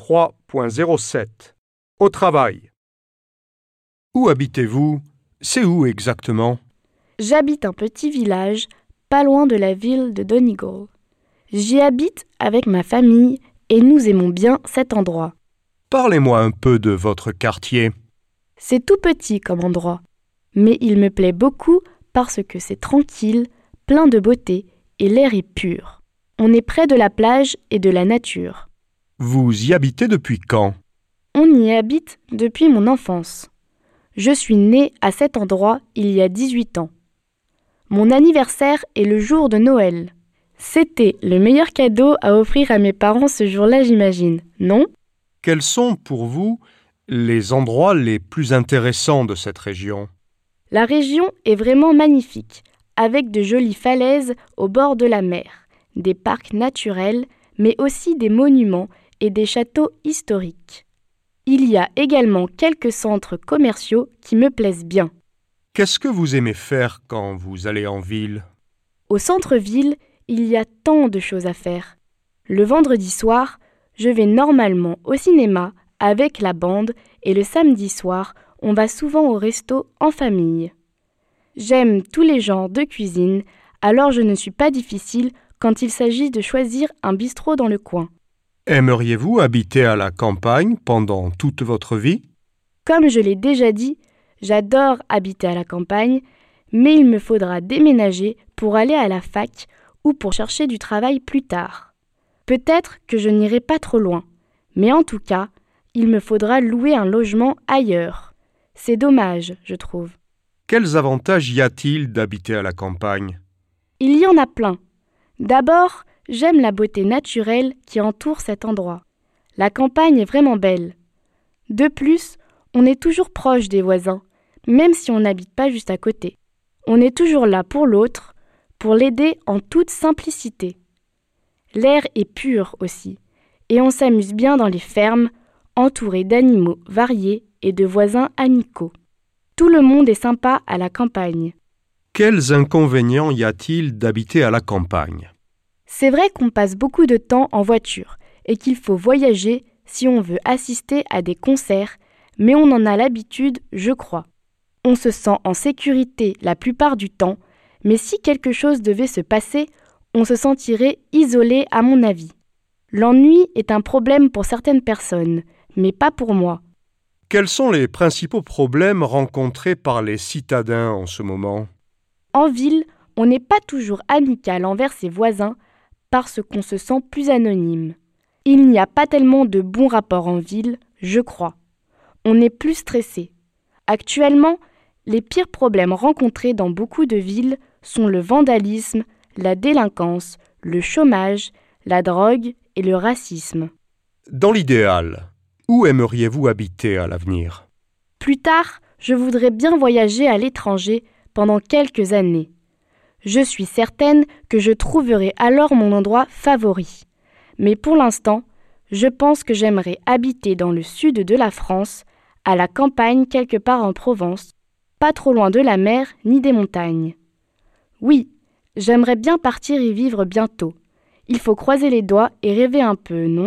3.07. Au travail. Où habitez-vous? C'est où exactement? J'habite un petit village, pas loin de la ville de Donegal. J'y habite avec ma famille et nous aimons bien cet endroit. Parlez-moi un peu de votre quartier. C'est tout petit comme endroit, mais il me plaît beaucoup parce que c'est tranquille, plein de beauté et l'air est pur. On est près de la plage et de la nature. Vous y habitez depuis quand? On y habite depuis mon enfance. Je suis née à cet endroit il y a 18 ans. Mon anniversaire est le jour de Noël. C'était le meilleur cadeau à offrir à mes parents ce jour-là, j'imagine, non? Quels sont pour vous les endroits les plus intéressants de cette région? La région est vraiment magnifique, avec de jolies falaises au bord de la mer, des parcs naturels, mais aussi des monuments et des châteaux historiques. Il y a également quelques centres commerciaux qui me plaisent bien. Qu'est-ce que vous aimez faire quand vous allez en ville? Au centre-ville, il y a tant de choses à faire. Le vendredi soir, je vais normalement au cinéma avec la bande et le samedi soir, on va souvent au resto en famille. J'aime tous les genres de cuisine, alors je ne suis pas difficile quand il s'agit de choisir un bistrot dans le coin. Aimeriez-vous habiter à la campagne pendant toute votre vie? Comme je l'ai déjà dit, j'adore habiter à la campagne, mais il me faudra déménager pour aller à la fac ou pour chercher du travail plus tard. Peut-être que je n'irai pas trop loin, mais en tout cas, il me faudra louer un logement ailleurs. C'est dommage, je trouve. Quels avantages y a-t-il d'habiter à la campagne? Il y en a plein. D'abord, j'aime la beauté naturelle qui entoure cet endroit. La campagne est vraiment belle. De plus, on est toujours proche des voisins, même si on n'habite pas juste à côté. On est toujours là pour l'autre, pour l'aider en toute simplicité. L'air est pur aussi, et on s'amuse bien dans les fermes, entouré d'animaux variés et de voisins amicaux. Tout le monde est sympa à la campagne. Quels inconvénients y a-t-il d'habiter à la campagne? C'est vrai qu'on passe beaucoup de temps en voiture et qu'il faut voyager si on veut assister à des concerts, mais on en a l'habitude, je crois. On se sent en sécurité la plupart du temps, mais si quelque chose devait se passer, on se sentirait isolé à mon avis. L'ennui est un problème pour certaines personnes, mais pas pour moi. Quels sont les principaux problèmes rencontrés par les citadins en ce moment? En ville, on n'est pas toujours amical envers ses voisins parce qu'on se sent plus anonyme. Il n'y a pas tellement de bons rapports en ville, je crois. On est plus stressé. Actuellement, les pires problèmes rencontrés dans beaucoup de villes sont le vandalisme, la délinquance, le chômage, la drogue et le racisme. Dans l'idéal, où aimeriez-vous habiter à l'avenir? Plus tard, je voudrais bien voyager à l'étranger pendant quelques années. Je suis certaine que je trouverai alors mon endroit favori. Mais pour l'instant, je pense que j'aimerais habiter dans le sud de la France, à la campagne quelque part en Provence, pas trop loin de la mer ni des montagnes. Oui, j'aimerais bien partir y vivre bientôt. Il faut croiser les doigts et rêver un peu, non ?